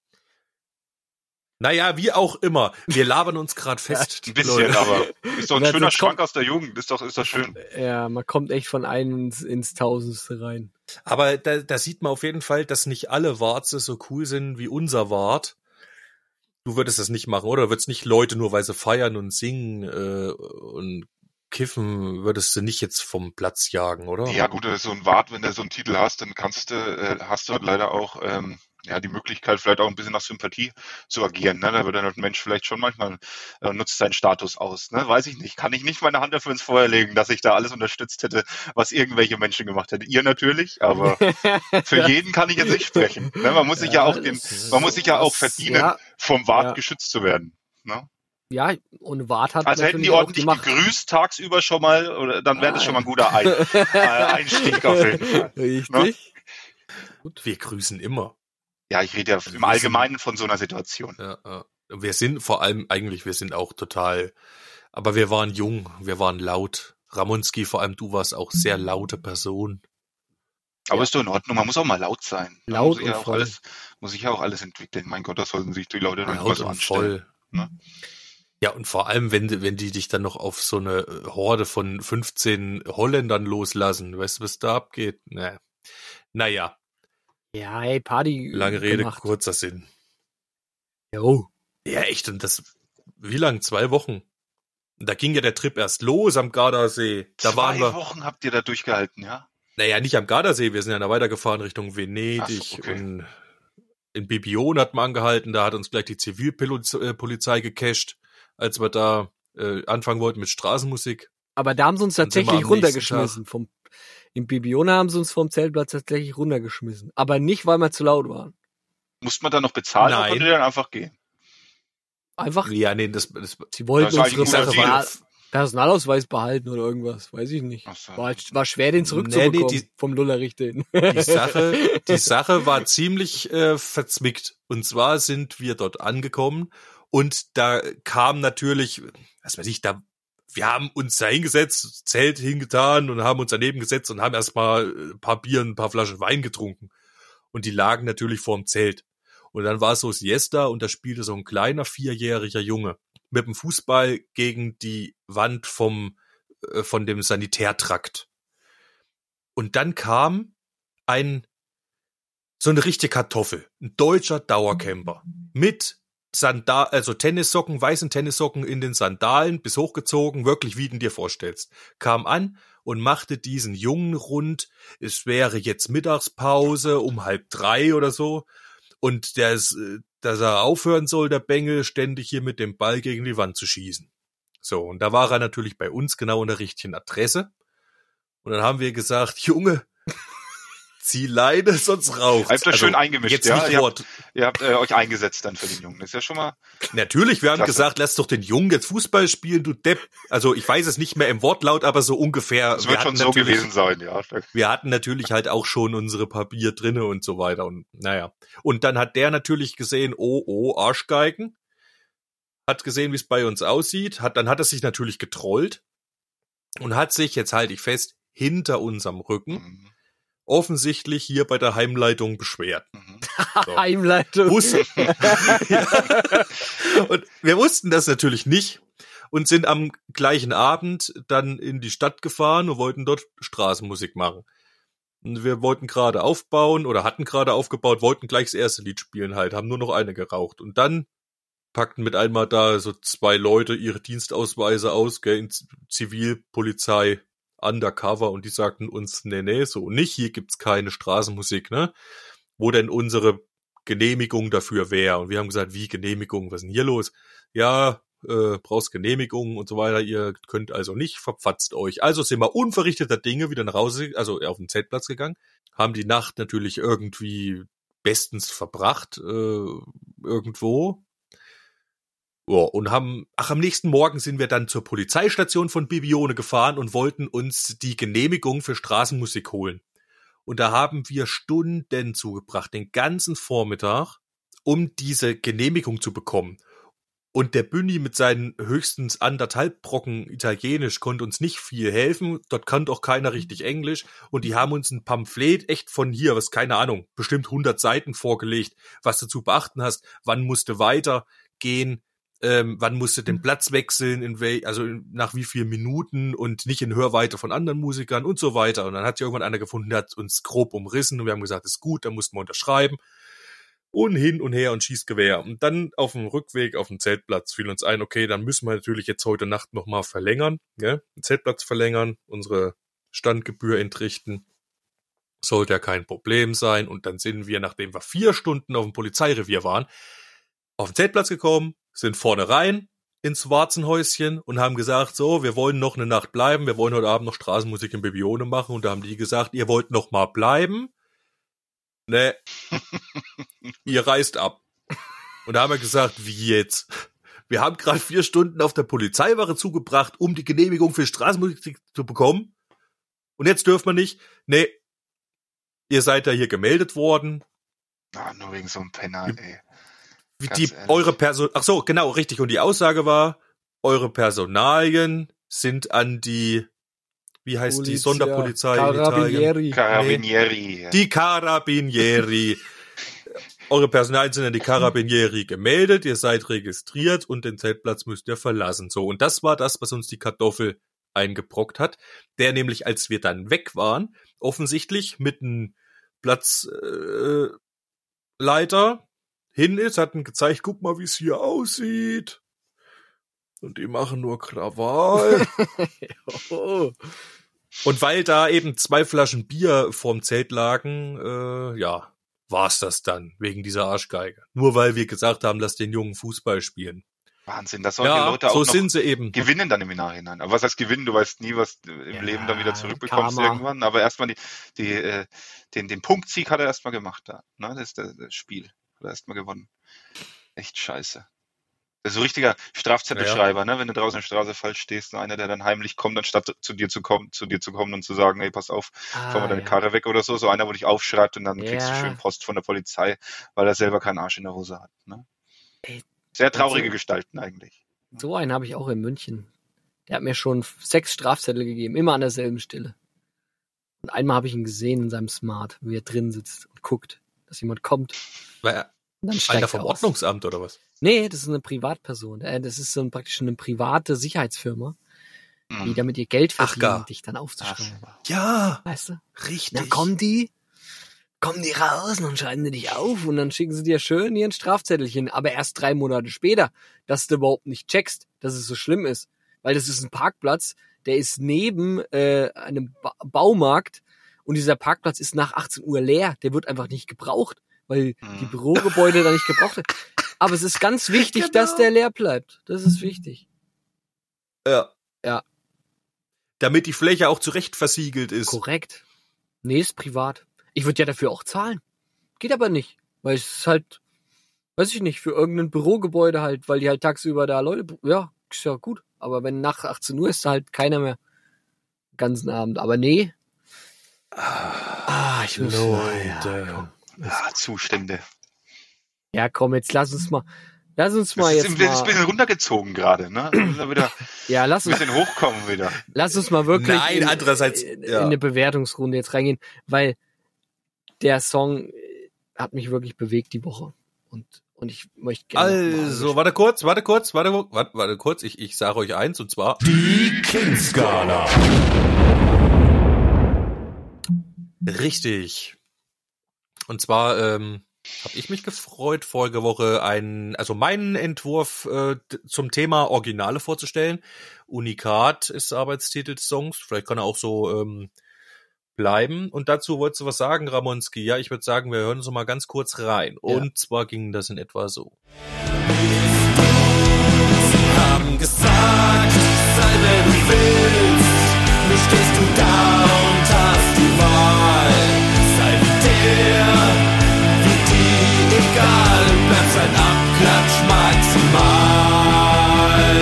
Naja, wie auch immer. Wir labern uns gerade fest. Ein bisschen, Leute. Aber ist doch ein schöner Schwank aus der Jugend. Ist doch schön. Ja, man kommt echt von einem ins Tausendste rein. Aber da sieht man auf jeden Fall, dass nicht alle Warze so cool sind wie unser Wart. Du würdest das nicht machen, oder? Du würdest nicht Leute, nur weil sie feiern und singen und kiffen, würdest du nicht jetzt vom Platz jagen, oder? Ja gut, so ein Wart, wenn du so einen Titel hast, dann hast du leider auch die Möglichkeit, vielleicht auch ein bisschen nach Sympathie zu agieren. Ne? Da wird dann ein Mensch vielleicht schon manchmal nutzt seinen Status aus. Ne? Weiß ich nicht. Kann ich nicht meine Hand dafür ins Feuer legen, dass ich da alles unterstützt hätte, was irgendwelche Menschen gemacht hätten. Ihr natürlich, aber für jeden kann ich jetzt nicht sprechen. Ne? Man muss sich ja auch verdienen, vom Wart geschützt zu werden. Ne? Ja, und Wart hat Also hätten natürlich die auch ordentlich Macht. gegrüßt tagsüber schon mal, oder dann wäre das schon mal ein guter Einstieg auf jeden Fall. Richtig. Wir grüßen immer. Ja, ich rede ja Also im wir Allgemeinen von so einer Situation. Ja. Wir sind vor allem eigentlich, wir sind auch total, aber wir waren jung, wir waren laut. Ramonski, vor allem du warst auch sehr laute Person. Aber ist doch in Ordnung, man muss auch mal laut sein. Da Laut muss ich ja und auch voll. muss ich ja auch alles entwickeln. Mein Gott, das sollten sich die Leute doch nicht mal Laut so und anstellen. voll. Ne? Ja, und vor allem, wenn die dich dann noch auf so eine Horde von 15 Holländern loslassen, weißt du, was da abgeht? Naja, Ja, hey, Party lange Rede, gemacht. kurzer Sinn. Jo. Ja, echt, und das, wie lang? 2 Wochen? Und da ging ja der Trip erst los am Gardasee. Da waren 2 wir, Wochen habt ihr da durchgehalten, ja? naja, nicht am Gardasee, wir sind ja da weitergefahren Richtung Venedig. Ach so, okay. Und in Bibione hat man angehalten, da hat uns gleich die Zivilpolizei gecasht, als wir da anfangen wollten mit Straßenmusik. Aber da haben sie uns Dann sind wir tatsächlich am nächsten runtergeschmissen. Im Bibione haben sie uns vom Zeltplatz tatsächlich runtergeschmissen. Aber nicht, weil wir zu laut waren. Musste man da noch bezahlen oder Nein. konntet ihr dann einfach gehen? Einfach, Ja, nee, das sie wollten das ist unsere eigentlich ein guter Personalausweis behalten oder irgendwas. Weiß ich nicht. Ach so. War schwer, den zurückzubekommen Nee, vom Lullerich den. die Sache war ziemlich verzwickt. Und zwar sind wir dort angekommen und da kam natürlich, was weiß ich, wir haben uns da hingesetzt, Zelt hingetan und haben uns daneben gesetzt und haben erstmal ein paar Bier und ein paar Flaschen Wein getrunken. Und die lagen natürlich vorm Zelt. Und dann war es so Siesta und da spielte so ein kleiner 4-jähriger Junge mit dem Fußball gegen die Wand von dem Sanitärtrakt. Und dann kam so eine richtige Kartoffel, ein deutscher Dauercamper mit also Tennissocken, weißen Tennissocken in den Sandalen, bis hochgezogen, wirklich wie du dir vorstellst. Kam an und machte diesen Jungen rund, es wäre jetzt Mittagspause um 2:30 oder so. Und dass er aufhören soll, der Bengel, ständig hier mit dem Ball gegen die Wand zu schießen. So, und da war er natürlich bei uns genau an der richtigen Adresse. Und dann haben wir gesagt, Junge, zieh Leine, sonst raucht's. Habt ihr schön eingemischt, jetzt ja? nicht Ihr habt euch eingesetzt dann für den Jungen. Das ist ja schon mal... Natürlich, wir haben Klasse. gesagt, lass doch den Jungen jetzt Fußball spielen, du Depp. Also ich weiß es nicht mehr im Wortlaut, aber so ungefähr. Das wird schon so gewesen sein, ja. Wir hatten natürlich halt auch schon unsere paar Bier drinne und so weiter und naja. Und dann hat der natürlich gesehen, oh, Arschgeigen. Hat gesehen, wie es bei uns aussieht. Dann hat er sich natürlich getrollt und hat sich, jetzt halte ich fest, hinter unserem Rücken offensichtlich hier bei der Heimleitung beschwert. So. Heimleitung. Ja. Und wir wussten das natürlich nicht und sind am gleichen Abend dann in die Stadt gefahren und wollten dort Straßenmusik machen. Und wir wollten gerade aufbauen oder hatten gerade aufgebaut, wollten gleich das erste Lied spielen halt, haben nur noch eine geraucht. Und dann packten mit einmal da so 2 Leute ihre Dienstausweise aus, gell, in Zivilpolizei, undercover, und die sagten uns, nee, so nicht, hier gibt's keine Straßenmusik, ne? Wo denn unsere Genehmigung dafür wäre? Und wir haben gesagt, wie Genehmigung, was ist denn hier los? Ja, brauchst Genehmigung und so weiter, ihr könnt also nicht, verpfatzt euch. Also sind wir unverrichteter Dinge wieder nach Hause, also auf den Zeltplatz gegangen, haben die Nacht natürlich irgendwie bestens verbracht, irgendwo. Ja, und am nächsten Morgen sind wir dann zur Polizeistation von Bibione gefahren und wollten uns die Genehmigung für Straßenmusik holen. Und da haben wir Stunden zugebracht, den ganzen Vormittag, um diese Genehmigung zu bekommen. Und der Bünni mit seinen höchstens 1,5 Brocken Italienisch konnte uns nicht viel helfen. Dort kannte auch keiner richtig Englisch. Und die haben uns ein Pamphlet echt von hier, was keine Ahnung, bestimmt 100 Seiten vorgelegt, was du zu beachten hast, wann musste weitergehen, wann musst du den Platz wechseln, nach wie vielen Minuten und nicht in Hörweite von anderen Musikern und so weiter. Und dann hat sich irgendwann einer gefunden, der hat uns grob umrissen und wir haben gesagt, das ist gut, dann mussten wir unterschreiben. Und hin und her und schießt Gewehr. Und dann auf dem Rückweg auf dem Zeltplatz fiel uns ein, okay, dann müssen wir natürlich jetzt heute Nacht nochmal verlängern, ja? Den Zeltplatz verlängern, unsere Standgebühr entrichten. Sollte ja kein Problem sein. Und dann sind wir, nachdem wir 4 Stunden auf dem Polizeirevier waren, auf den Zeltplatz gekommen, sind vorne rein ins Warzenhäuschen und haben gesagt, so, wir wollen noch eine Nacht bleiben, wir wollen heute Abend noch Straßenmusik in Bibione machen. Und da haben die gesagt, ihr wollt noch mal bleiben? Ne, ihr reist ab. Und da haben wir gesagt, wie jetzt? wir haben gerade 4 Stunden auf der Polizeiwache zugebracht, um die Genehmigung für Straßenmusik zu bekommen. Und jetzt dürfen wir nicht. Nee, ihr seid da hier gemeldet worden. Nur wegen so einem Penner, ey. Ach so, genau, richtig. Und die Aussage war, eure Personalien sind an die, wie heißt die Sonderpolizei in Italien? Carabinieri. Die Carabinieri. Eure Personalien sind an die Carabinieri gemeldet, ihr seid registriert und den Zeltplatz müsst ihr verlassen. So, und das war das, was uns die Kartoffel eingebrockt hat. Der nämlich, als wir dann weg waren, offensichtlich mit einem Platzleiter hin ist, hat ihn gezeigt, guck mal, wie es hier aussieht. Und die machen nur Krawall. Oh. Und weil da eben 2 Flaschen Bier vorm Zelt lagen, war's das dann, wegen dieser Arschgeige. Nur weil wir gesagt haben, lass den Jungen Fußball spielen. Wahnsinn, dass solche Leute auch so noch sind sie eben. gewinnen dann im Nachhinein. Aber was heißt gewinnen? Du weißt nie, was du im Leben dann wieder zurückbekommst Karma. irgendwann. Aber erstmal den Punktsieg hat er erstmal gemacht da. Ne? Das ist das Spiel. Hat er erstmal gewonnen. Echt scheiße. Das ist so ein richtiger Strafzettelschreiber, ne? Wenn du draußen in der Straße falsch stehst und einer, der dann heimlich kommt, anstatt zu dir zu kommen und zu sagen, hey, pass auf, fahr mal deine Karre weg oder so. So einer, wo dich aufschreibt und dann kriegst du schön Post von der Polizei, weil er selber keinen Arsch in der Hose hat. Ne? Sehr traurige Gestalten eigentlich. So einen habe ich auch in München. Der hat mir schon 6 Strafzettel gegeben, immer an derselben Stelle. Und einmal habe ich ihn gesehen in seinem Smart, wie er drin sitzt und guckt, dass jemand kommt. Und dann steigt Einer vom Ordnungsamt oder was? Nee, das ist eine Privatperson. Das ist so praktisch eine private Sicherheitsfirma, die damit ihr Geld verdienen, dich dann aufzuschreiben. Ja, Weißt du? richtig. Dann kommen die raus und dann schreiben die dich auf und dann schicken sie dir schön ihren Strafzettelchen. Aber erst 3 Monate später, dass du überhaupt nicht checkst, dass es so schlimm ist. Weil das ist ein Parkplatz, der ist neben einem Baumarkt und dieser Parkplatz ist nach 18 Uhr leer. Der wird einfach nicht gebraucht, weil die Bürogebäude da nicht gebraucht werden. Aber es ist ganz wichtig, dass der leer bleibt. Das ist wichtig. Ja. Ja. Damit die Fläche auch zurecht versiegelt ist. Korrekt. Nee, ist privat. Ich würde ja dafür auch zahlen. Geht aber nicht. Weil es ist halt, weiß ich nicht, für irgendein Bürogebäude halt, weil die halt tagsüber da Leute, ja, ist ja gut. Aber wenn nach 18 Uhr ist da halt keiner mehr den ganzen Abend. Aber nee. Ich muss... Leute. Zustände. Ja, komm, jetzt lass uns mal Das ist ein bisschen runtergezogen gerade, ne? Wieder ja, ein bisschen hochkommen wieder. Lass uns mal wirklich andererseits in eine Bewertungsrunde jetzt reingehen, weil der Song hat mich wirklich bewegt die Woche. Und ich möchte gerne... Also, warte kurz. Ich sage euch eins, und zwar... Die King-Skala. Richtig. Und zwar habe ich mich gefreut, vorige Woche meinen Entwurf zum Thema Originale vorzustellen. Unikat ist Arbeitstitel des Songs. Vielleicht kann er auch so bleiben. Und dazu wolltest du was sagen, Ramonski? Ja, ich würde sagen, wir hören uns noch mal ganz kurz rein. Ja. Und zwar ging das in etwa so. Haben gesagt, sei wer du willst. Nur stehst du da und hast die Wahl. Sei wie der, wie die, egal, bleibst ein Abklatsch maximal.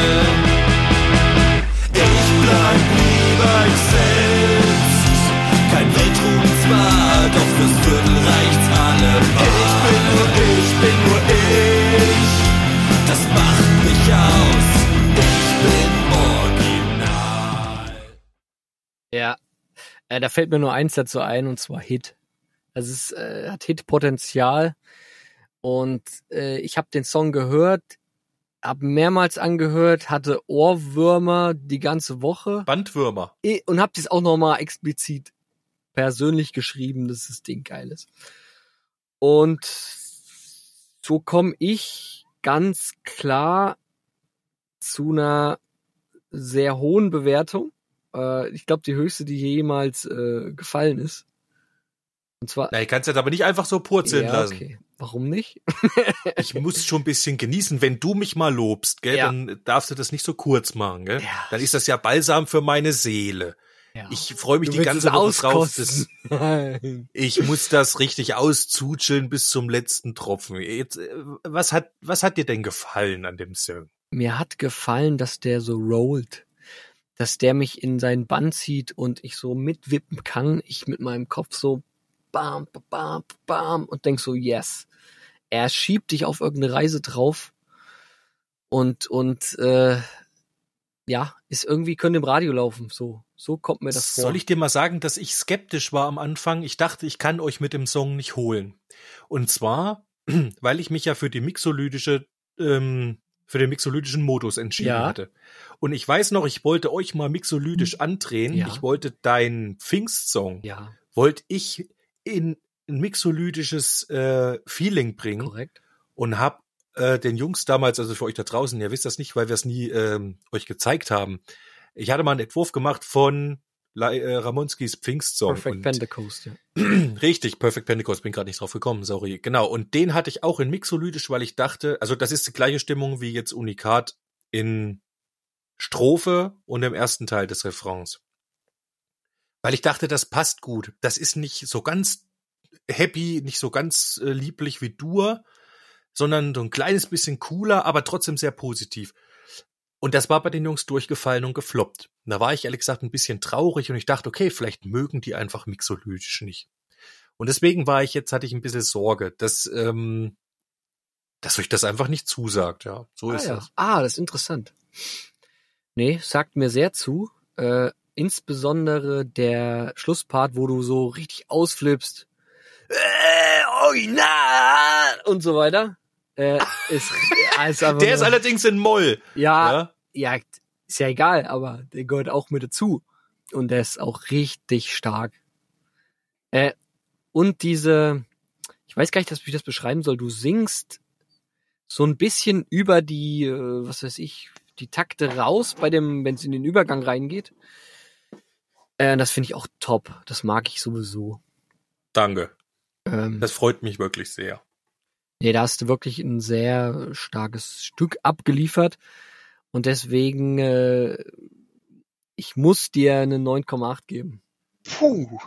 Ich bleib lieber ich selbst. Kein Weltruhm zwar, doch fürs Viertel reicht's allemal. Ich bin nur ich. Das macht mich aus. Ich bin original. Ja, da fällt mir nur eins dazu ein, und zwar Hit. Also es hat Hit-Potenzial und ich habe den Song gehört, habe mehrmals angehört, hatte Ohrwürmer die ganze Woche Bandwürmer. und habe das auch nochmal explizit persönlich geschrieben, dass das Ding geil ist. Und so komme ich ganz klar zu einer sehr hohen Bewertung. Ich glaube, die höchste, die jemals gefallen ist. Und zwar... Na, ich kann es jetzt aber nicht einfach so purzeln lassen. Okay. Warum nicht? Ich muss schon ein bisschen genießen. Wenn du mich mal lobst, gell, dann darfst du das nicht so kurz machen, gell? Ja. Dann ist das ja Balsam für meine Seele. Ja. Ich freue mich Du die willst ganze es Woche drauf. auskosten. Nein. Ich muss das richtig auszuzeln bis zum letzten Tropfen. Jetzt, was hat dir denn gefallen an dem Song? mir hat gefallen, dass der so rollt. Dass der mich in seinen Bann zieht und ich so mitwippen kann. Ich mit meinem Kopf so bam, bam, bam und denk so, yes. Er schiebt dich auf irgendeine Reise drauf und ja, ist irgendwie, könnte im Radio laufen. So kommt mir das vor. Soll ich dir mal sagen, dass ich skeptisch war am Anfang? Ich dachte, ich kann euch mit dem Song nicht holen. Und zwar, weil ich mich ja für den mixolydischen Modus entschieden hatte. Und ich weiß noch, ich wollte euch mal mixolydisch andrehen. Ja. Ich wollte deinen Pfingstsong, wollte ich in ein mixolydisches Feeling bringen. Korrekt. Und hab den Jungs damals, also für euch da draußen, ihr wisst das nicht, weil wir es nie euch gezeigt haben. Ich hatte mal einen Entwurf gemacht von Ramonskis Pfingstsong. Perfect Pentecost, ja. Richtig, Perfect Pentecost, bin gerade nicht drauf gekommen, sorry. Genau, und den hatte ich auch in mixolydisch, weil ich dachte, also das ist die gleiche Stimmung wie jetzt Unikat in Strophe und im ersten Teil des Refrains. Weil ich dachte, das passt gut. Das ist nicht so ganz happy, nicht so ganz lieblich wie Dur, sondern so ein kleines bisschen cooler, aber trotzdem sehr positiv. Und das war bei den Jungs durchgefallen und gefloppt. Da war ich ehrlich gesagt ein bisschen traurig und ich dachte, okay, vielleicht mögen die einfach mixolydisch nicht. Und deswegen hatte ich ein bisschen Sorge, dass euch das einfach nicht zusagt. Ja, so ist das. Das ist interessant. Nee, sagt mir sehr zu. Insbesondere der Schlusspart, wo du so richtig ausflippst. Original! Und so weiter. Ist einfach der ist allerdings in Moll. Ja, ist ja egal, aber der gehört auch mit dazu. Und der ist auch richtig stark. Und ich weiß gar nicht, wie ich das beschreiben soll, du singst so ein bisschen über die, die Takte raus, wenn es in den Übergang reingeht. Das finde ich auch top. Das mag ich sowieso. Danke. Das freut mich wirklich sehr. Nee, da hast du wirklich ein sehr starkes Stück abgeliefert. Und deswegen, ich muss dir eine 9,8 geben. Puh.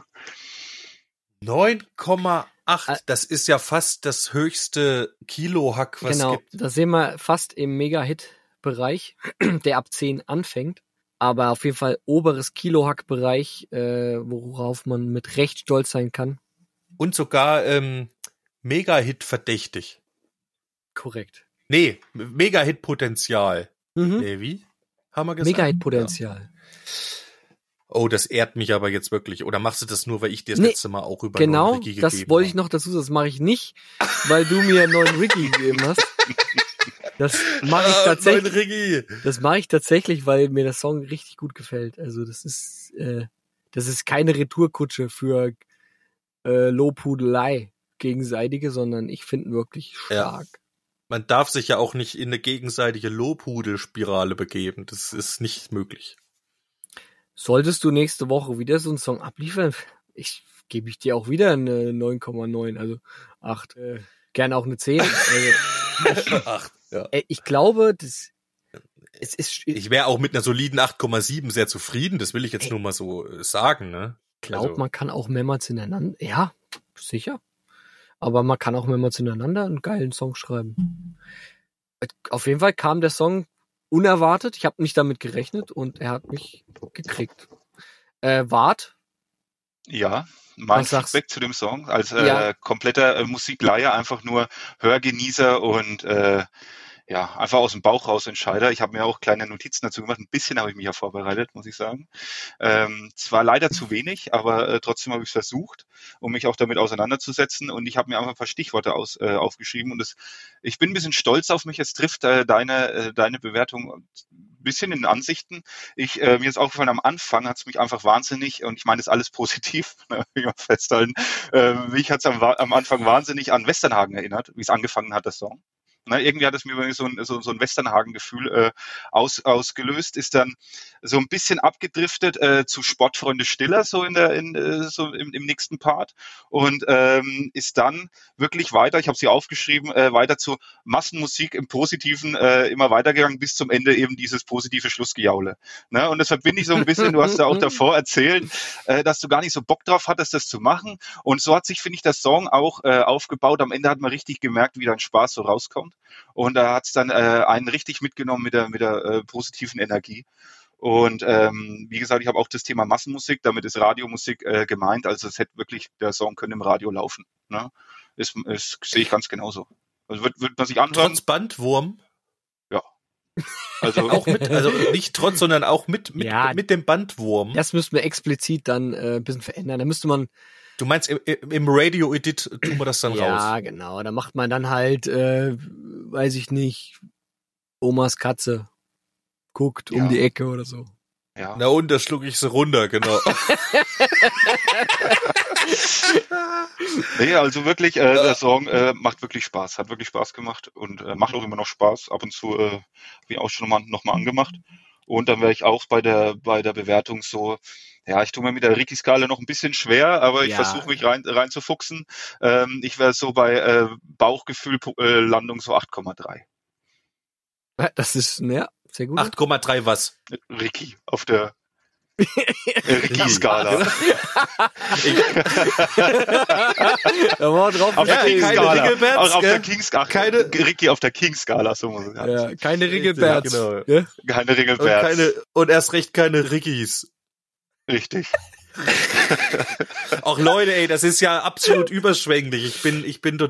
9,8, das ist ja fast das höchste Kilohack, was es gibt. Genau, da sehen wir fast im Mega-Hit-Bereich, der ab 10 anfängt. Aber auf jeden Fall oberes Kilohack-Bereich, worauf man mit Recht stolz sein kann. Und sogar Mega-Hit verdächtig. Korrekt. Nee, Mega-Hit-Potenzial. Nee, wie? Haben wir gesagt? Mega-Hit-Potenzial. Ja. Oh, das ehrt mich aber jetzt wirklich. Oder machst du das nur, weil ich dir das letzte Mal auch über genau, Ricky gegeben habe? Genau, das wollte ich noch dazu sagen. Das mache ich nicht, weil du mir einen neuen Ricky gegeben hast. Das mache ich tatsächlich. Das mache ich tatsächlich, weil mir der Song richtig gut gefällt. Also das ist keine Retourkutsche für Lobhudelei gegenseitige, sondern ich finde ihn wirklich stark. Ja. Man darf sich ja auch nicht in eine gegenseitige Lobhudelspirale begeben. Das ist nicht möglich. Solltest du nächste Woche wieder so einen Song abliefern, gebe ich dir auch wieder eine 9,9, also 8. Gerne auch eine 10. Also 8, ja. Ich glaube, ich wäre auch mit einer soliden 8,7 sehr zufrieden, das will ich jetzt nur mal so sagen, ne? Man kann auch mehrmals ineinander, ja, sicher. Aber man kann auch mehrmals ineinander einen geilen Song schreiben. Auf jeden Fall kam der Song unerwartet. Ich habe nicht damit gerechnet und er hat mich gekriegt. Wart? Ja, mein Feedback zu dem Song als kompletter Musikleier, einfach nur Hörgenießer und einfach aus dem Bauch raus Entscheider. Ich habe mir auch kleine Notizen dazu gemacht. Ein bisschen habe ich mich ja vorbereitet, muss ich sagen. Zwar leider zu wenig, aber trotzdem habe ich es versucht, um mich auch damit auseinanderzusetzen. Und ich habe mir einfach ein paar Stichworte aufgeschrieben. Und ich bin ein bisschen stolz auf mich. Es trifft deine Bewertung ein bisschen in den Ansichten. Mir ist aufgefallen, am Anfang hat es mich einfach wahnsinnig, und ich meine, das ist alles positiv, wie wir festhalten, mich hat es am Anfang wahnsinnig an Westernhagen erinnert, wie es angefangen hat, der Song. Irgendwie hat es mir so ein Westernhagen-Gefühl ausgelöst, ist dann so ein bisschen abgedriftet zu Sportfreunde Stiller so im nächsten Part und ist dann wirklich weiter, ich habe sie aufgeschrieben, weiter zu Massenmusik im Positiven immer weitergegangen bis zum Ende eben dieses positive Schlussgejaule. Ne? Und das verbinde ich so ein bisschen, du hast ja auch davor erzählt, dass du gar nicht so Bock drauf hattest, das zu machen, und so hat sich, finde ich, der Song auch aufgebaut. Am Ende hat man richtig gemerkt, wie dein Spaß so rauskommt. machen. Und da hat's dann einen richtig mitgenommen mit der positiven Energie. Und wie gesagt, ich habe auch das Thema Massenmusik, damit ist Radiomusik gemeint. Also es hätte wirklich, der Song könnte im Radio laufen. Ne? Sehe ich ganz genauso. Also wird man sich anhören. Trotz Bandwurm? Ja. Also auch also nicht trotz, sondern auch mit dem Bandwurm. Das müssten wir explizit dann ein bisschen verändern. Da müsste man. Du meinst, im Radio-Edit tun wir das dann raus? Ja, genau. Da macht man dann halt, weiß ich nicht, Omas Katze guckt um die Ecke oder so. Ja. Na und, da schlug ich sie runter, genau. Nee, also wirklich, der Song macht wirklich Spaß, hat wirklich Spaß gemacht und macht auch immer noch Spaß. Ab und zu habe ich auch schon noch mal angemacht. Und dann wäre ich auch bei der Bewertung so, ja, ich tue mir mit der Ricky-Skala noch ein bisschen schwer, aber ich versuche mich rein zu fuchsen. Ich wäre so bei Bauchgefühl Landung so 8,3. Das ist, ja, sehr gut. 8,3 was? Ricky auf der Ricky-Skala. Da war drauf auf der King-Skala. Rigelberts, auf der King-Skala. Ricky auf der King-Skala, so muss ich sagen. Ja, keine Rigelberts. Genau. Ja? Keine Rigelberts. Und erst recht keine Rickys. Richtig. Auch Leute, ey, das ist ja absolut überschwänglich. Ich bin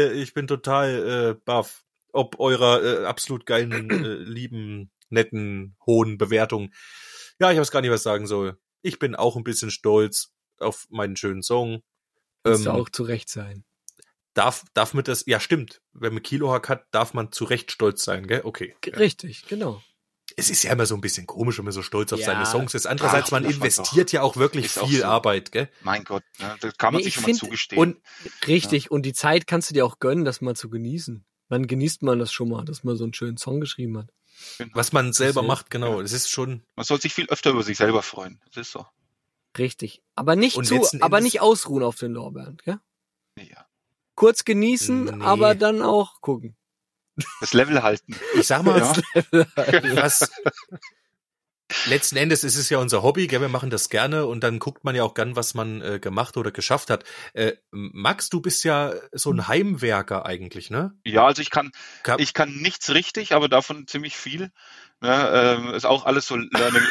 total baff. Ob eurer absolut geilen, lieben, netten, hohen Bewertung. Ja, ich weiß gar nicht, was ich sagen soll. Ich bin auch ein bisschen stolz auf meinen schönen Song. Muss auch zu Recht sein. Darf man das, ja stimmt, wenn man Kilohack hat, darf man zu Recht stolz sein, gell? Okay. Richtig, genau. Es ist ja immer so ein bisschen komisch, wenn man so stolz auf seine Songs ist. Andererseits, Ach, man investiert ja auch wirklich viel Arbeit, gell? Mein Gott, ne? Das kann man sich schon mal zugestehen. Und richtig, und die Zeit kannst du dir auch gönnen, das mal zu genießen. Wann genießt man das schon mal, dass man so einen schönen Song geschrieben hat? Was man selber macht, genau. Es ist schon. Man soll sich viel öfter über sich selber freuen. Das ist so. Richtig. Aber nicht nicht ausruhen auf den Lorbeeren, gell? Ja. Kurz genießen, aber dann auch gucken. Das Level halten. Ich sag mal, was. Letzten Endes ist es ja unser Hobby, gell? Wir machen das gerne und dann guckt man ja auch gern, was man gemacht oder geschafft hat. Max, du bist ja so ein Heimwerker eigentlich, ne? Ja, also ich kann nichts richtig, aber davon ziemlich viel. Ne, ist auch alles so Learning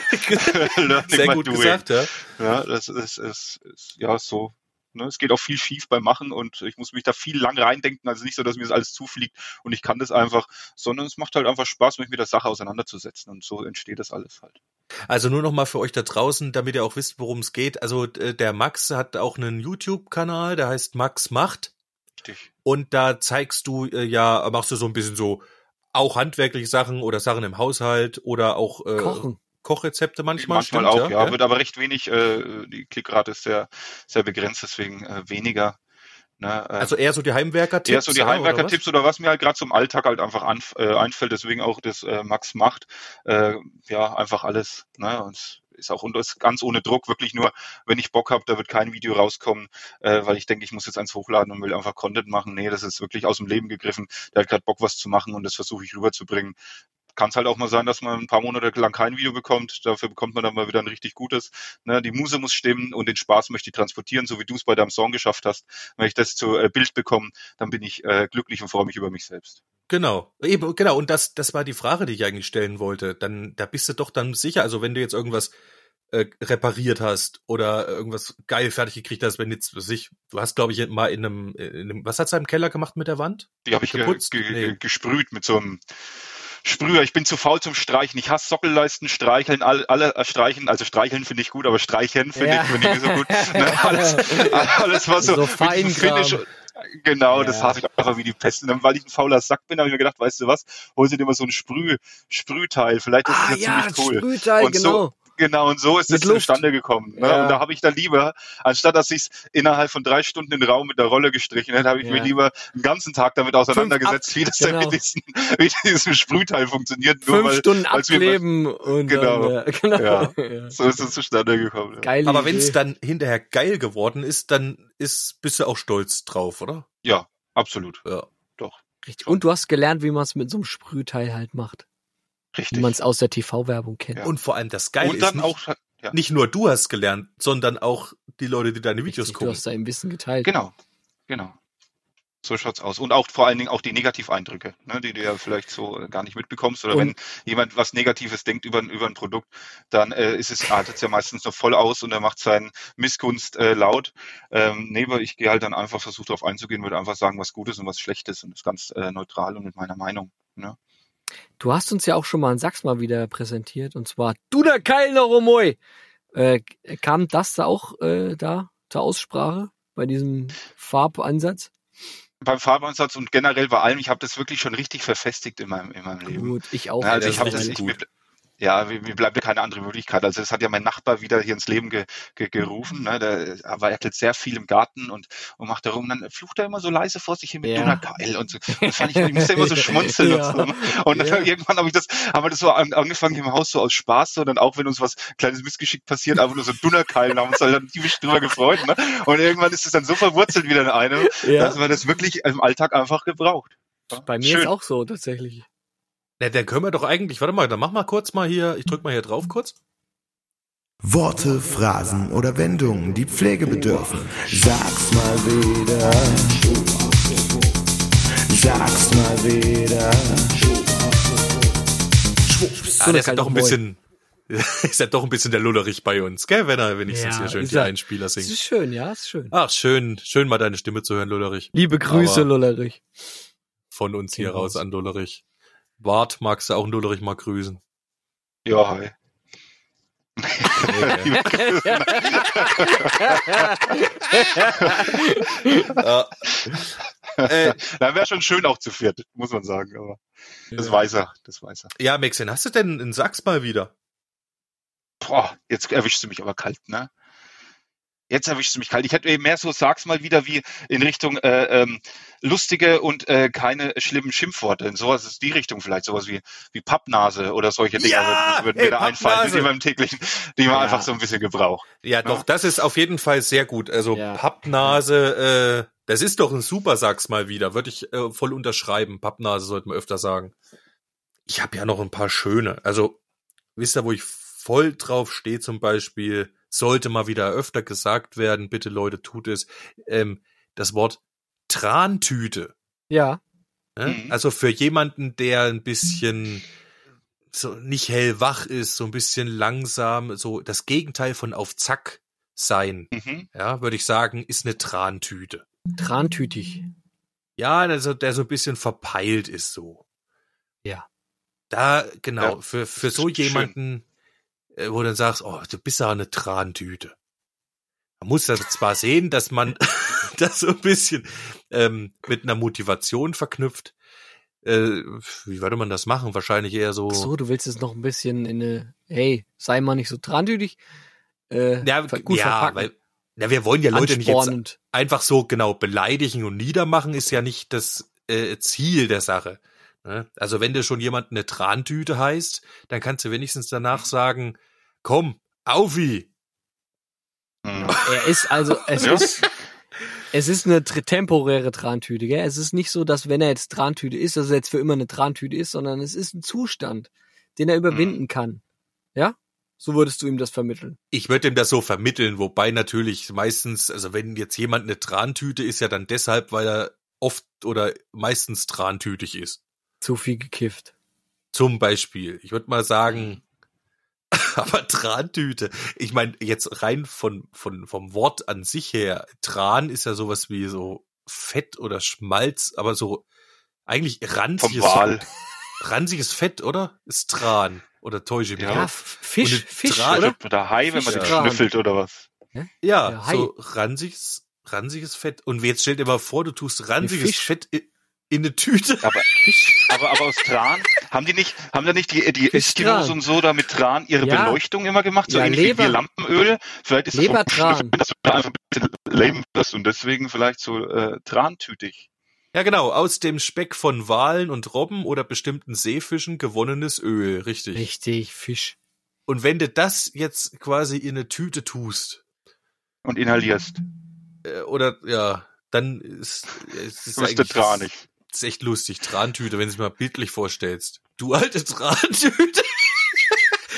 Sehr by gut doing. gesagt, ja. Ja, das ist ja so. Ne, es geht auch viel schief beim Machen und ich muss mich da viel lang reindenken, also nicht so, dass mir das alles zufliegt und ich kann das einfach, sondern es macht halt einfach Spaß, mich mit der Sache auseinanderzusetzen und so entsteht das alles halt. Also nur noch mal für euch da draußen, damit ihr auch wisst, worum es geht. Also der Max hat auch einen YouTube-Kanal, der heißt Max Macht. Richtig. Und da zeigst du machst du so ein bisschen so auch handwerkliche Sachen oder Sachen im Haushalt oder auch Kochrezepte manchmal. Manchmal stimmt, auch, ja, wird aber recht wenig, die Klickrate ist sehr, sehr begrenzt, deswegen weniger. Ne, also eher so die Heimwerker-Tipps? Eher so die Heimwerker-Tipps oder was mir halt gerade zum Alltag halt einfach einfällt, deswegen auch das Max Macht. Ja, einfach alles. Ne, und ist auch ganz ohne Druck, wirklich nur, wenn ich Bock habe, da wird kein Video rauskommen, weil ich denke, ich muss jetzt eins hochladen und will einfach Content machen. Nee, das ist wirklich aus dem Leben gegriffen. Der hat gerade Bock, was zu machen und das versuche ich rüberzubringen. Kann es halt auch mal sein, dass man ein paar Monate lang kein Video bekommt. Dafür bekommt man dann mal wieder ein richtig gutes. Ne, die Muse muss stimmen und den Spaß möchte ich transportieren, so wie du es bei deinem Song geschafft hast. Wenn ich das zu Bild bekomme, dann bin ich glücklich und freue mich über mich selbst. Genau, eben, genau. Und das war die Frage, die ich eigentlich stellen wollte. Da bist du doch dann sicher, also wenn du jetzt irgendwas repariert hast oder irgendwas geil fertig gekriegt hast, wenn jetzt, du hast, glaube ich, mal in einem, was hat's da im Keller gemacht mit der Wand? Die habe ich gesprüht mit so einem Sprüher. Ich bin zu faul zum Streichen. Ich hasse Sockelleisten, Streicheln, alle streichen. Also streicheln finde ich gut, aber streichen finde ich nicht so gut. Ne, alles was so Finish. Genau, das hasse ich einfach wie die Pest. Und dann, weil ich ein fauler Sack bin, habe ich mir gedacht, weißt du was, hol dir immer so ein Sprühteil. Vielleicht ist das ja ziemlich cool. Sprühteil, und genau. Genau, und so ist es zustande gekommen. Ne? Ja. Und da habe ich dann lieber, anstatt dass ich es innerhalb von 3 Stunden den Raum mit der Rolle gestrichen hätte, habe ich mir lieber einen ganzen Tag damit auseinandergesetzt, wie das denn mit diesem Sprühteil funktioniert. 5 Stunden abkleben und genau. Genau. Ja. So ist es zustande gekommen. Ja. Geile Aber wenn es dann hinterher geil geworden ist, dann bist du auch stolz drauf, oder? Ja, absolut. Ja. Doch. Richtig. Und du hast gelernt, wie man es mit so einem Sprühteil halt macht. Richtig. Wie man es aus der TV-Werbung kennt. Ja. Und vor allem das Geile und dann ist, auch, nicht nur du hast gelernt, sondern auch die Leute, die deine Videos gucken. Du hast dein Wissen geteilt. Genau. So schaut's aus. Und auch vor allen Dingen auch die Negativeindrücke, ne, die du ja vielleicht so gar nicht mitbekommst. Oder wenn jemand was Negatives denkt über ein Produkt, dann artet's ja meistens noch voll aus und er macht seinen Missgunst laut. Nee, aber ich gehe halt dann einfach, versuche darauf einzugehen, würde einfach sagen, was Gutes und was Schlechtes und das ganz neutral und mit meiner Meinung. Ne? Du hast uns ja auch schon mal einen Sachs mal wieder präsentiert, und zwar Du der Keil noch Romoi. Kam das da auch da zur Aussprache bei diesem Farbansatz? Beim Farbansatz und generell bei allem, ich habe das wirklich schon richtig verfestigt in meinem Leben. Gut, ich auch. Ja, also das ich habe das, mir bleibt ja keine andere Möglichkeit. Also das hat ja mein Nachbar wieder hier ins Leben gerufen. Ne? Der werkelt sehr viel im Garten und macht da rum. Und dann flucht er immer so leise vor sich hin mit Donnerkeil und so. Das fand ich musste immer so schmunzeln und so. Und dann irgendwann haben wir das so angefangen im Haus so aus Spaß, so dann auch wenn uns was kleines Missgeschick passiert, einfach nur so Donnerkeil und haben uns halt dann tief drüber gefreut. Ne? Und irgendwann ist es dann so verwurzelt wieder in einem, dass man das wirklich im Alltag einfach gebraucht. Ja? Bei mir ist auch so tatsächlich. Na, dann können wir doch eigentlich, warte mal, dann mach mal kurz mal hier, ich drück mal hier drauf kurz. Worte, Phrasen oder Wendungen, die Pflege bedürfen. Sag's mal wieder. Sag's mal wieder. Der ist ja doch ein bisschen, ist ja doch ein bisschen der Lullerich bei uns, gell, wenn ich jetzt hier schön die Einspieler singe. Das ist schön, ja, ist schön. Ach, schön mal deine Stimme zu hören, Lullerich. Liebe Grüße, Lullerich. Von uns hier raus an Lullerich. Bart, magst du auch einen Lullerich mal grüßen? Ja, hi. Da wäre schon schön auch zu viert, muss man sagen, aber das weiß er. Ja, Maxen, hast du denn einen Sachs mal wieder? Boah, jetzt erwischst du mich aber kalt, ne? Jetzt erwischst du mich kalt. Ich hätte mehr so, sag's mal wieder, wie in Richtung lustige und keine schlimmen Worte. In sowas ist die Richtung vielleicht, sowas wie Pappnase oder solche Dinge würden mir da einfallen, die man im täglichen, die man einfach so ein bisschen gebraucht. Ja, doch, das ist auf jeden Fall sehr gut. Also Pappnase, das ist doch ein super Sachs mal wieder, würde ich voll unterschreiben. Pappnase sollte man öfter sagen. Ich habe ja noch ein paar schöne. Also, wisst ihr, wo ich voll drauf stehe zum Beispiel, sollte mal wieder öfter gesagt werden, bitte Leute, tut es, das Wort Trantüte. Ja. Also für jemanden, der ein bisschen so nicht hellwach ist, so ein bisschen langsam, so das Gegenteil von auf Zack sein, ja, würde ich sagen, ist eine Trantüte. Trantütig. Ja, also der so ein bisschen verpeilt ist so. Ja. Da, genau, für so jemanden, wo du dann sagst, oh, du bist ja eine Trantüte. Man muss das zwar sehen, dass man das so ein bisschen mit einer Motivation verknüpft. Wie würde man das machen? Wahrscheinlich eher so. Ach so, du willst es noch ein bisschen in eine, hey, sei mal nicht so trantütig. Gut verpacken. Weil wir wollen ja Leute nicht jetzt einfach so genau beleidigen und niedermachen, ist ja nicht das Ziel der Sache. Also wenn du schon jemanden eine Trantüte heißt, dann kannst du wenigstens danach sagen, komm, aufi. Er ist also, es ist eine temporäre Trantüte, gell? Es ist nicht so, dass wenn er jetzt Trantüte ist, dass er jetzt für immer eine Trantüte ist, sondern es ist ein Zustand, den er überwinden kann. Ja? So würdest du ihm das vermitteln. Ich würde ihm das so vermitteln, wobei natürlich meistens, also wenn jetzt jemand eine Trantüte ist, ja dann deshalb, weil er oft oder meistens trantütig ist. Zu viel gekifft. Zum Beispiel. Ich würde mal sagen, aber Trantüte. Ich meine, jetzt rein vom Wort an sich her, Tran ist ja sowas wie so Fett oder Schmalz, aber so eigentlich ranziges Fett, oder? Ist Tran. Oder täusche ich mich? Ja, Fisch, oder Hai, wenn man den schnüffelt oder was. Ja, so ranziges Fett. Und jetzt stell dir mal vor, du tust ranziges Fett in eine Tüte. Aber aus Tran, haben da nicht die Eskimos und so da mit Tran ihre Beleuchtung immer gemacht? So ähnlich wie Lampenöl? Vielleicht ist Lebertran. Das einfach ein bisschen leben lässt und deswegen vielleicht so trantütig. Ja, genau, aus dem Speck von Walen und Robben oder bestimmten Seefischen gewonnenes Öl, richtig. Richtig, Fisch. Und wenn du das jetzt quasi in eine Tüte tust. Und inhalierst. Oder, ja, dann ist eigentlich... tranig. Das ist echt lustig, Trantüte, wenn du es mal bildlich vorstellst. Du alte Trantüte.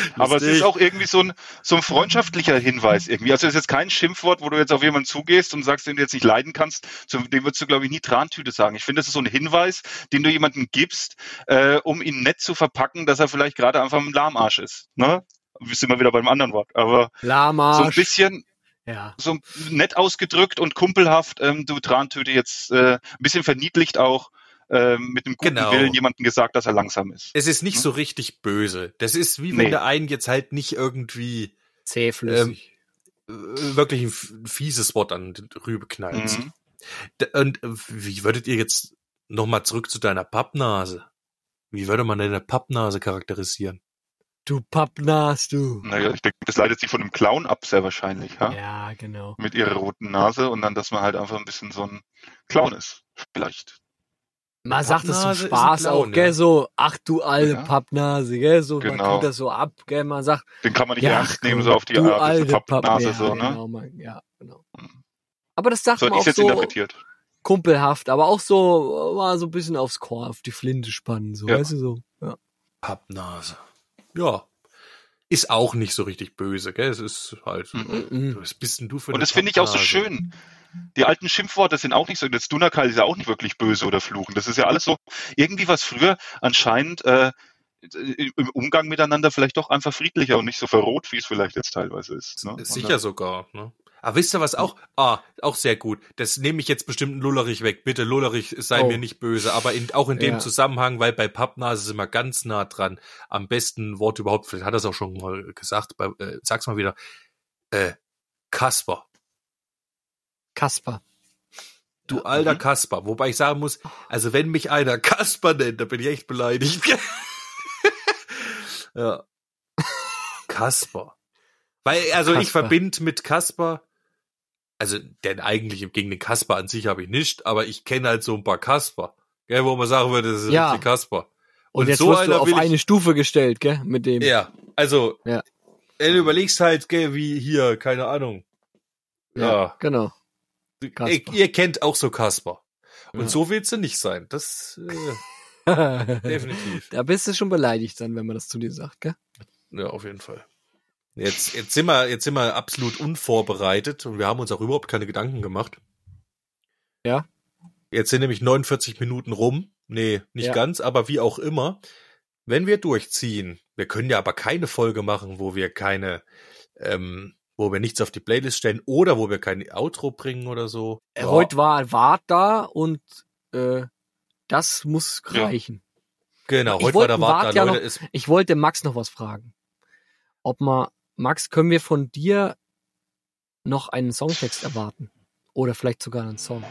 Aber es ist auch irgendwie so ein freundschaftlicher Hinweis irgendwie. Also es ist jetzt kein Schimpfwort, wo du jetzt auf jemanden zugehst und sagst, den du jetzt nicht leiden kannst, dem würdest du, glaube ich, nie Trantüte sagen. Ich finde, das ist so ein Hinweis, den du jemandem gibst, um ihn nett zu verpacken, dass er vielleicht gerade einfach ein Lahmarsch ist. Ne? Wir sind mal wieder beim anderen Wort. Aber Lahmarsch. So ein bisschen... Ja. So nett ausgedrückt und kumpelhaft, du Trantüte jetzt ein bisschen verniedlicht auch mit einem guten Willen jemandem gesagt, dass er langsam ist. Es ist nicht so richtig böse. Das ist wie wenn der einen jetzt halt nicht irgendwie zähflüssig wirklich ein fieses Wort an den Rübe knallt. Und wie würdet ihr jetzt nochmal zurück zu deiner Pappnase? Wie würde man deine Pappnase charakterisieren? Du Pappnas, du. Naja, ich denke, das leitet sich von dem Clown ab, sehr wahrscheinlich. Ha? Ja, genau. Mit ihrer roten Nase und dann, dass man halt einfach ein bisschen so ein Clown ist. Vielleicht. Man sagt das zum Spaß Clown, auch, gell, ja. So, ach du alte Pappnase, gell, so, genau. Man tut das so ab, gell, man sagt. Den kann man nicht ernst nehmen, so auf die alte Pappnase, so, ne? Genau, genau. Aber das sagt so man auch jetzt so interpretiert. Kumpelhaft, aber auch so, mal so ein bisschen aufs Korn, auf die Flinte spannen, so, weißt du, so, ja. Pappnase. Ja. Ist auch nicht so richtig böse, gell? Es ist halt, was bist denn du für eine Und das finde ich auch so schön. Die alten Schimpfworte sind auch nicht so, das Dunakal ist ja auch nicht wirklich böse oder fluchen. Das ist ja alles so, irgendwie was früher anscheinend im Umgang miteinander vielleicht doch einfach friedlicher und nicht so verroht, wie es vielleicht jetzt teilweise ist. Ne? Sicher sogar, ne? Aber wisst ihr was auch? Auch sehr gut. Das nehme ich jetzt bestimmt einen Lullerich weg. Bitte, Lullerich, sei mir nicht böse. Aber auch in dem Zusammenhang, weil bei Pappnase sind wir ganz nah dran. Am besten Wort überhaupt, vielleicht hat er es auch schon mal gesagt, sag's mal wieder. Kasper. Kasper. Du alter Kasper. Wobei ich sagen muss, also wenn mich einer Kasper nennt, dann bin ich echt beleidigt. Ja. Kasper. Weil, also ich verbinde mit Kasper, also denn eigentlich gegen den Kasper an sich habe ich nicht, aber ich kenne halt so ein paar Kasper, gell, wo man sagen würde, das ist richtig Kasper. Und jetzt so wirst du auf eine Stufe gestellt, gell, mit dem. Ja, also, du überlegst halt, gell, wie hier, keine Ahnung. Ja, genau. Ihr kennt auch so Kasper. Und so willst du nicht sein. Das, definitiv. Da bist du schon beleidigt dann, wenn man das zu dir sagt, gell? Ja, auf jeden Fall. Jetzt sind wir absolut unvorbereitet und wir haben uns auch überhaupt keine Gedanken gemacht. Ja. Jetzt sind nämlich 49 Minuten rum. Nee, nicht ganz, aber wie auch immer. Wenn wir durchziehen, wir können ja aber keine Folge machen, wo wir wo wir nichts auf die Playlist stellen oder wo wir kein Outro bringen oder so. Heute war Wart da und das muss reichen. Genau, heute war der Wart da, Leute. Ich wollte Max noch was fragen. Max, können wir von dir noch einen Songtext erwarten? Oder vielleicht sogar einen Song?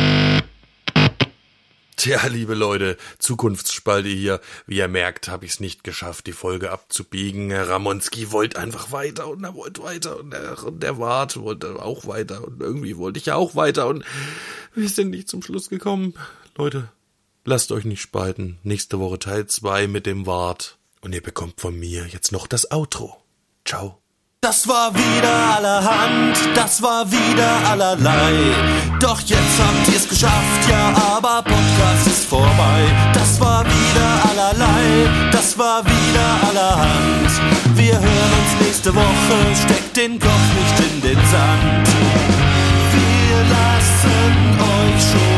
Tja, liebe Leute, Zukunftsspalte hier. Wie ihr merkt, habe ich es nicht geschafft, die Folge abzubiegen. Ramonski wollte einfach weiter und er wollte weiter und der Wart wollte auch weiter und irgendwie wollte ich ja auch weiter und wir sind nicht zum Schluss gekommen. Leute, lasst euch nicht spalten. Nächste Woche Teil 2 mit dem Wart. Und ihr bekommt von mir jetzt noch das Outro. Ciao. Das war wieder allerhand, das war wieder allerlei. Doch jetzt habt ihr's geschafft, ja, aber Podcast ist vorbei. Das war wieder allerlei, das war wieder allerhand. Wir hören uns nächste Woche, steckt den Kopf nicht in den Sand. Wir lassen euch schon